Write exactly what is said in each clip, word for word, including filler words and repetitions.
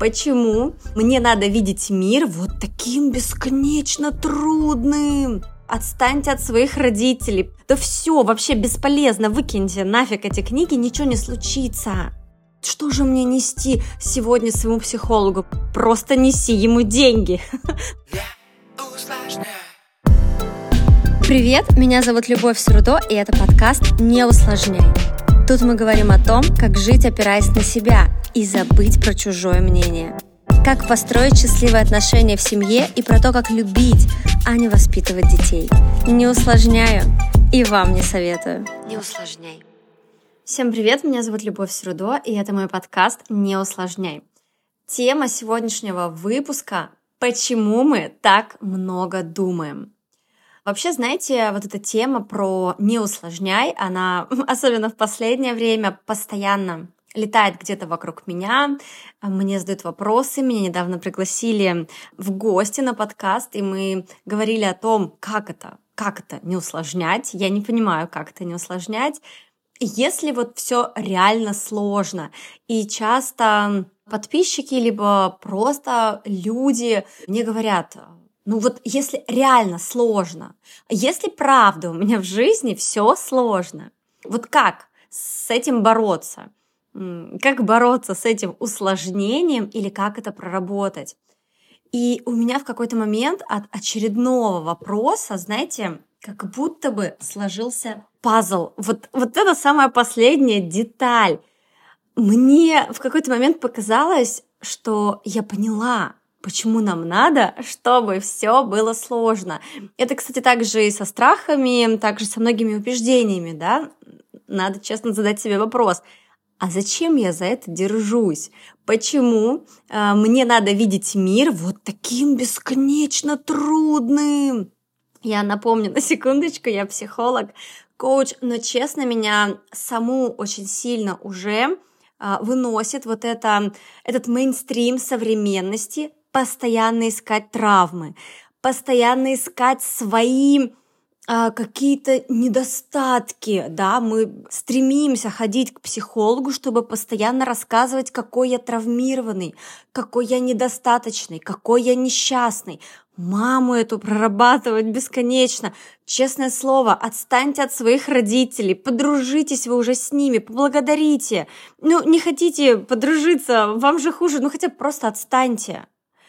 Почему мне надо видеть мир вот таким бесконечно трудным? Отстаньте от своих родителей. Да все, вообще бесполезно, выкиньте нафиг эти книги, ничего не случится. Что же мне нести сегодня своему психологу? Просто неси ему деньги. Привет, меня зовут Любовь Срудо, и это подкаст «Не усложняй». Тут мы говорим о том, как жить, опираясь на себя, и забыть про чужое мнение. Как построить счастливые отношения в семье и про то, как любить, а не воспитывать детей. Не усложняю, и вам не советую. Не усложняй. Всем привет, меня зовут Любовь Срудо, и это мой подкаст «Не усложняй». Тема сегодняшнего выпуска – почему мы так много думаем. Вообще, знаете, вот эта тема про «не усложняй», она, особенно в последнее время, постоянно летает где-то вокруг меня, мне задают вопросы, меня недавно пригласили в гости на подкаст, и мы говорили о том, как это, как это не усложнять, я не понимаю, как это не усложнять, если вот все реально сложно, и часто подписчики, либо просто люди мне говорят: ну вот если реально сложно, если правда у меня в жизни все сложно, вот как с этим бороться? Как бороться с этим усложнением или как это проработать? И у меня в какой-то момент от очередного вопроса, знаете, как будто бы сложился пазл. Вот, вот это самая последняя деталь. Мне в какой-то момент показалось, что я поняла, почему нам надо, чтобы все было сложно. Это, кстати, также и со страхами, также со многими убеждениями, да? Надо честно задать себе вопрос: а зачем я за это держусь? Почему э, мне надо видеть мир вот таким бесконечно трудным? Я напомню на секундочку, я психолог, коуч, но честно, меня саму очень сильно уже э, выносит вот это, этот мейнстрим современности, постоянно искать травмы, постоянно искать свои а, какие-то недостатки, да, мы стремимся ходить к психологу, чтобы постоянно рассказывать, какой я травмированный, какой я недостаточный, какой я несчастный, маму эту прорабатывать бесконечно. Честное слово, отстаньте от своих родителей, подружитесь вы уже с ними, поблагодарите. Ну, не хотите подружиться, вам же хуже, ну хотя бы просто отстаньте.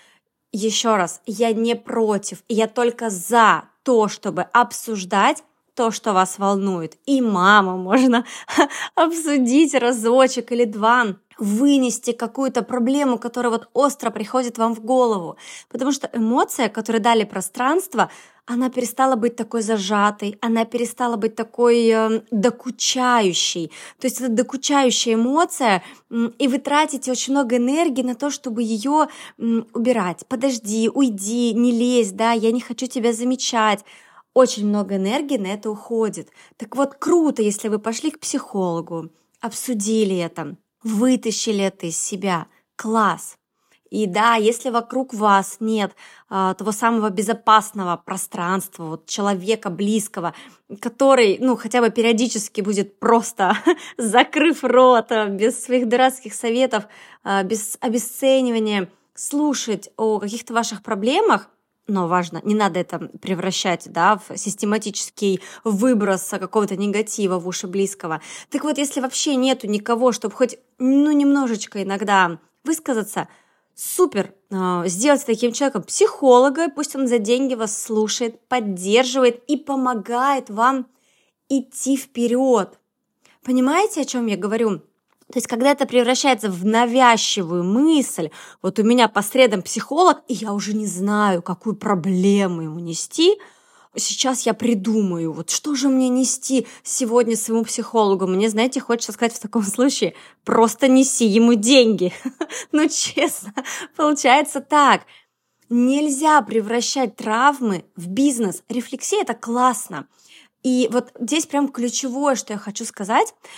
Еще раз, я не против, я только за то, чтобы обсуждать то, что вас волнует. И маму можно обсудить разочек или два, вынести какую-то проблему, которая вот остро приходит вам в голову. Потому что эмоция, которой дали пространство, она перестала быть такой зажатой, она перестала быть такой э, докучающей. То есть это докучающая эмоция, э, и вы тратите очень много энергии на то, чтобы ее э, убирать. Подожди, уйди, не лезь, да, я не хочу тебя замечать. Очень много энергии на это уходит. Так вот, круто, если вы пошли к психологу, обсудили это, вытащили это из себя. Класс. И да, если вокруг вас нет а, того самого безопасного пространства, вот, человека близкого, который, ну, хотя бы периодически будет просто, закрыв рот, без своих дурацких советов, а, без обесценивания, слушать о каких-то ваших проблемах, но важно, не надо это превращать, да, в систематический выброс какого-то негатива в уши близкого. Так вот, если вообще нету никого, чтобы хоть, ну, немножечко иногда высказаться, супер, сделайте таким человеком психолога, пусть он за деньги вас слушает, поддерживает и помогает вам идти вперед. Понимаете, о чем я говорю? То есть, когда это превращается в навязчивую мысль, вот у меня по средам психолог, и я уже не знаю, какую проблему ему нести, сейчас я придумаю, вот что же мне нести сегодня своему психологу. Мне, знаете, хочется сказать в таком случае: просто неси ему деньги. Ну, честно, получается так. Нельзя превращать травмы в бизнес. Рефлексия – это классно. И вот здесь прям ключевое, что я хочу сказать –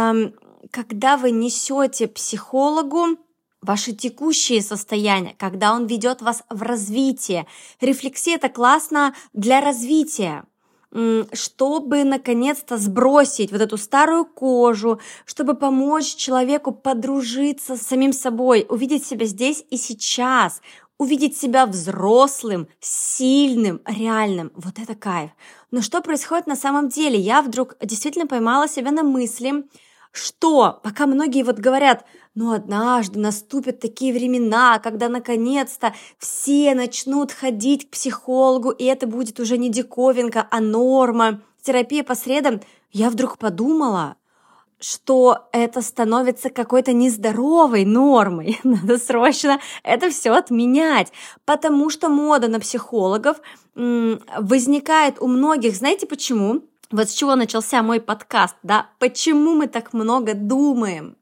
когда вы несете психологу ваши текущие состояния, когда он ведет вас в развитие. Рефлексия – это классно для развития. чтобы наконец-то сбросить вот эту старую кожу, чтобы помочь человеку подружиться с самим собой, увидеть себя здесь и сейчас, увидеть себя взрослым, сильным, реальным. Вот это кайф. Но что происходит на самом деле? Я вдруг действительно поймала себя на мысли, что пока многие вот говорят, ну однажды наступят такие времена, когда наконец-то все начнут ходить к психологу, и это будет уже не диковинка, а норма, терапия по средам, я вдруг подумала, что это становится какой-то нездоровой нормой. Надо срочно это все отменять, потому что мода на психологов м- возникает у многих. Знаете почему? Вот с чего начался мой подкаст, да? Почему мы так много думаем?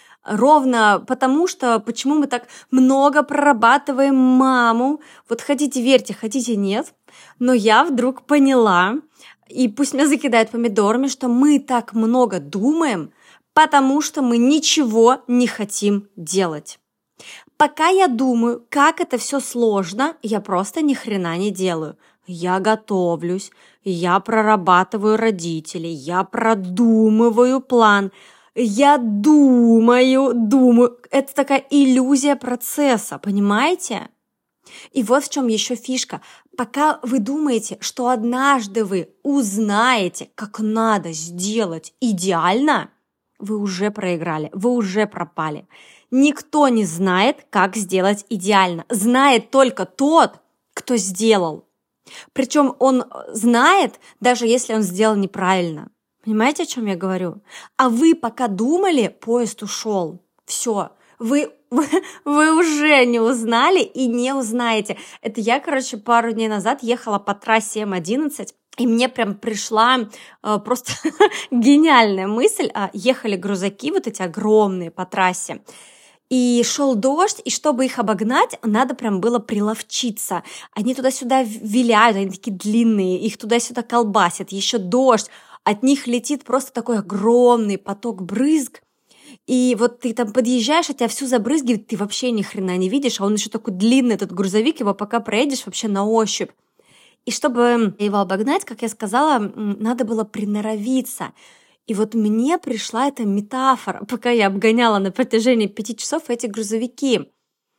Ровно потому, что почему мы так много прорабатываем маму. Вот хотите верьте, хотите нет. Но я вдруг поняла, и пусть меня закидают помидорами, что мы так много думаем, потому что мы ничего не хотим делать. Пока я думаю, как это все сложно, я просто ни хрена не делаю. Я готовлюсь, я прорабатываю родителей, я продумываю план, я думаю, думаю. Это такая иллюзия процесса, понимаете? И вот в чем еще фишка. Пока вы думаете, что однажды вы узнаете, как надо сделать идеально, вы уже проиграли, вы уже пропали. Никто не знает, как сделать идеально. Знает только тот, кто сделал. Причем он знает, даже если он сделал неправильно. Понимаете, о чем я говорю? А вы пока думали, поезд ушел. Все, вы, вы, вы уже не узнали и не узнаете. Это я, короче, пару дней назад ехала по трассе эм одиннадцать, и мне прям пришла э, просто гениальная мысль. А, ехали грузаки вот эти огромные по трассе. И шел дождь, и чтобы их обогнать, надо прям было приловчиться. Они туда-сюда виляют, они такие длинные, их туда-сюда колбасят, еще дождь. От них летит просто такой огромный поток брызг. И вот ты там подъезжаешь, а тебя всю забрызгивает, ты вообще ни хрена не видишь, а он еще такой длинный, этот грузовик, его пока проедешь вообще на ощупь. И чтобы его обогнать, как я сказала, надо было приноровиться. И вот мне пришла эта метафора, пока я обгоняла на протяжении пяти часов эти грузовики.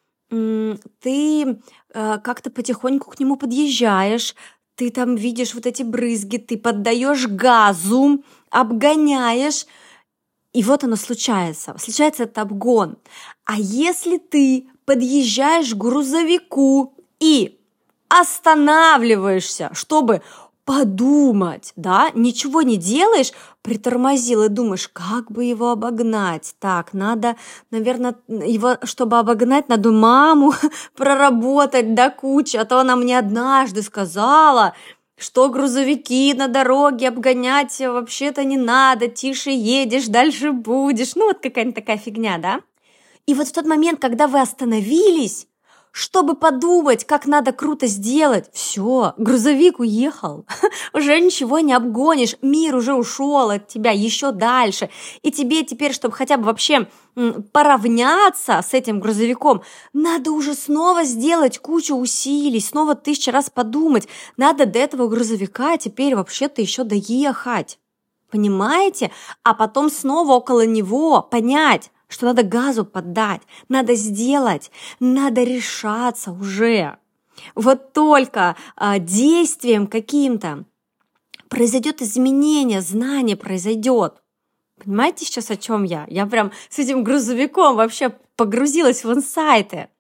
Ты как-то потихоньку к нему подъезжаешь, ты там видишь вот эти брызги, ты поддаешь газу, обгоняешь, и вот оно случается. Случается этот обгон. А если ты подъезжаешь к грузовику и останавливаешься, чтобы подумать, да, ничего не делаешь, притормозил и думаешь, как бы его обогнать. Так, надо, наверное, его, чтобы обогнать, надо маму проработать до кучи, а то она мне однажды сказала, что грузовики на дороге обгонять вообще-то не надо, тише едешь, дальше будешь. Ну, вот какая-нибудь такая фигня, да? И вот в тот момент, когда вы остановились, чтобы подумать, как надо круто сделать, все, грузовик уехал, уже ничего не обгонишь, мир уже ушел от тебя еще дальше, и тебе теперь, чтобы хотя бы вообще поравняться с этим грузовиком, надо уже снова сделать кучу усилий, снова тысячу раз подумать, надо до этого грузовика теперь вообще-то еще доехать, понимаете? А потом снова около него понять, что надо газу поддать, надо сделать, надо решаться уже. Вот только а, действием каким-то произойдет изменение, знание произойдет. Понимаете сейчас, о чем я? Я прям с этим грузовиком вообще погрузилась в инсайты.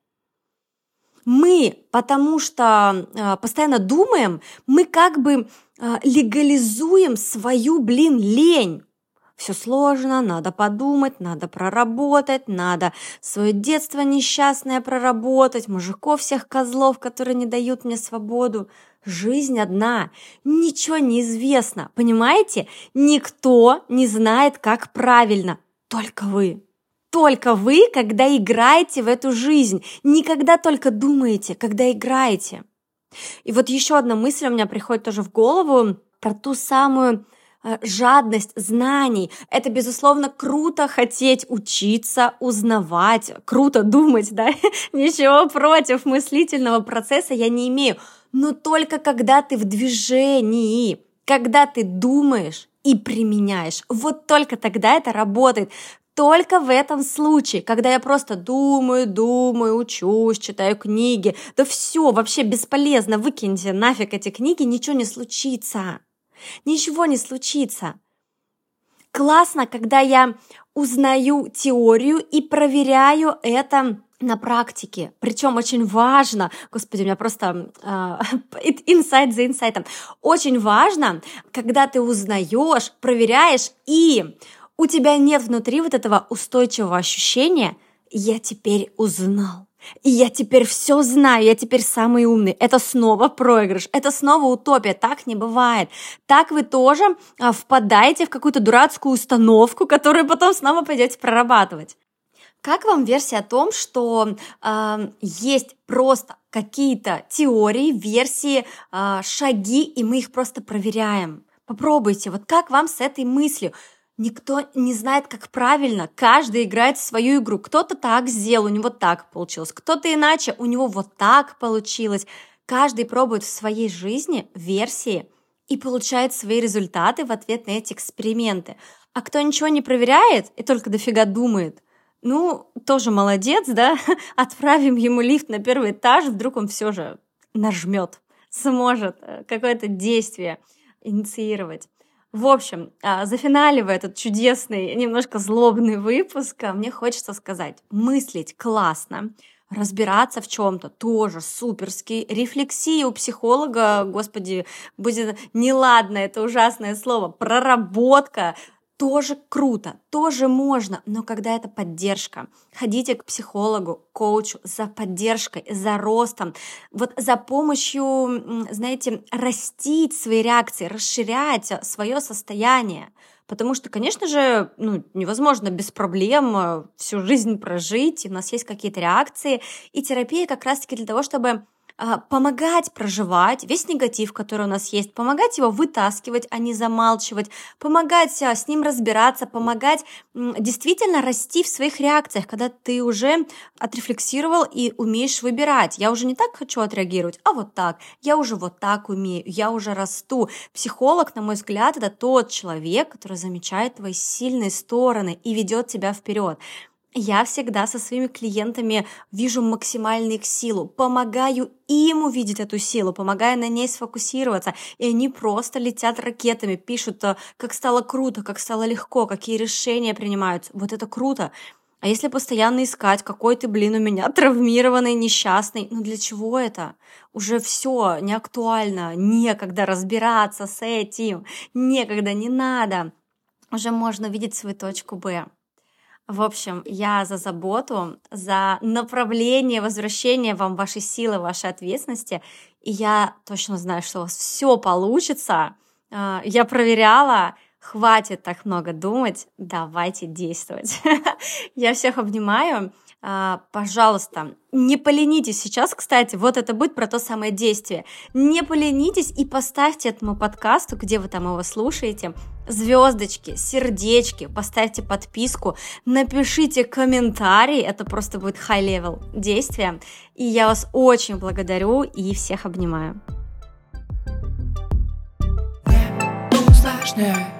Мы, потому что а, постоянно думаем, мы как бы а, легализуем свою, блин, лень. Все сложно, надо подумать, надо проработать, надо свое детство несчастное проработать, мужиков всех козлов, которые не дают мне свободу. Жизнь одна, ничего не известно, понимаете? Никто не знает, как правильно, только вы. Только вы, когда играете в эту жизнь, никогда только думаете, когда играете. И вот еще одна мысль у меня приходит тоже в голову про ту самую жадность знаний. Это, безусловно, круто хотеть учиться, узнавать, круто думать, да? Ничего против мыслительного процесса я не имею. Но только когда ты в движении, Когда ты думаешь и применяешь, вот только тогда это работает. Только в этом случае, когда я просто думаю, думаю, учусь, читаю книги, да все, вообще бесполезно, выкиньте нафиг эти книги, ничего не случится. Ничего не случится. Классно, когда я узнаю теорию и проверяю это на практике. Причем очень важно, господи, у меня просто инсайт за инсайтом, очень важно, когда ты узнаешь, проверяешь, и у тебя нет внутри вот этого устойчивого ощущения «я теперь узнал». И я теперь все знаю, я теперь самый умный. Это снова проигрыш, это снова утопия. Так не бывает. Так вы тоже а, впадаете в какую-то дурацкую установку, которую потом снова пойдете прорабатывать. Как вам версия о том, что э, есть просто какие-то теории, версии, э, шаги, и мы их просто проверяем? Попробуйте. Вот как вам с этой мыслью? Никто не знает, как правильно. Каждый играет в свою игру. Кто-то так сделал, у него так получилось. Кто-то иначе, у него вот так получилось. Каждый пробует в своей жизни версии и получает свои результаты в ответ на эти эксперименты. А кто ничего не проверяет и только дофига думает, ну, тоже молодец, да? Отправим ему лифт на первый этаж, вдруг он все же нажмет, сможет какое-то действие инициировать. В общем, зафиналивая этот чудесный, немножко злобный выпуск, мне хочется сказать, мыслить классно, разбираться в чем-то тоже суперски, рефлексия у психолога, господи, будет неладно, это ужасное слово, проработка, тоже круто, тоже можно, но когда это поддержка, ходите к психологу, коучу за поддержкой, за ростом, вот за помощью, знаете, растить свои реакции, расширять свое состояние. Потому что, конечно же, ну, невозможно без проблем всю жизнь прожить, у нас есть какие-то реакции, и терапия как раз-таки для того, чтобы помогать проживать весь негатив, который у нас есть, помогать его вытаскивать, а не замалчивать, помогать с ним разбираться, помогать действительно расти в своих реакциях, когда ты уже отрефлексировал и умеешь выбирать. Я уже не так хочу отреагировать, а вот так. Я уже вот так умею, я уже расту. Психолог, на мой взгляд, это тот человек, который замечает твои сильные стороны и ведет тебя вперед. Я всегда со своими клиентами вижу максимальную их силу, помогаю им увидеть эту силу, помогаю на ней сфокусироваться, и они просто летят ракетами, пишут, как стало круто, как стало легко, какие решения принимаются. Вот это круто. А если постоянно искать, какой ты, блин, у меня травмированный, несчастный, ну для чего это? Уже все не актуально, некогда разбираться с этим, некогда, не надо. Уже можно видеть свою точку Б. В общем, я за заботу, за направление, возвращение вам вашей силы, вашей ответственности. И я точно знаю, что у вас все получится. Я проверяла. Хватит так много думать. Давайте действовать. Я всех обнимаю. Пожалуйста, не поленитесь сейчас, кстати, вот это будет про то самое действие. Не поленитесь и поставьте этому подкасту, где вы там его слушаете, звездочки, сердечки, поставьте подписку, напишите комментарий, это просто будет high-level действия. И я вас очень благодарю и всех обнимаю. Не усложняй.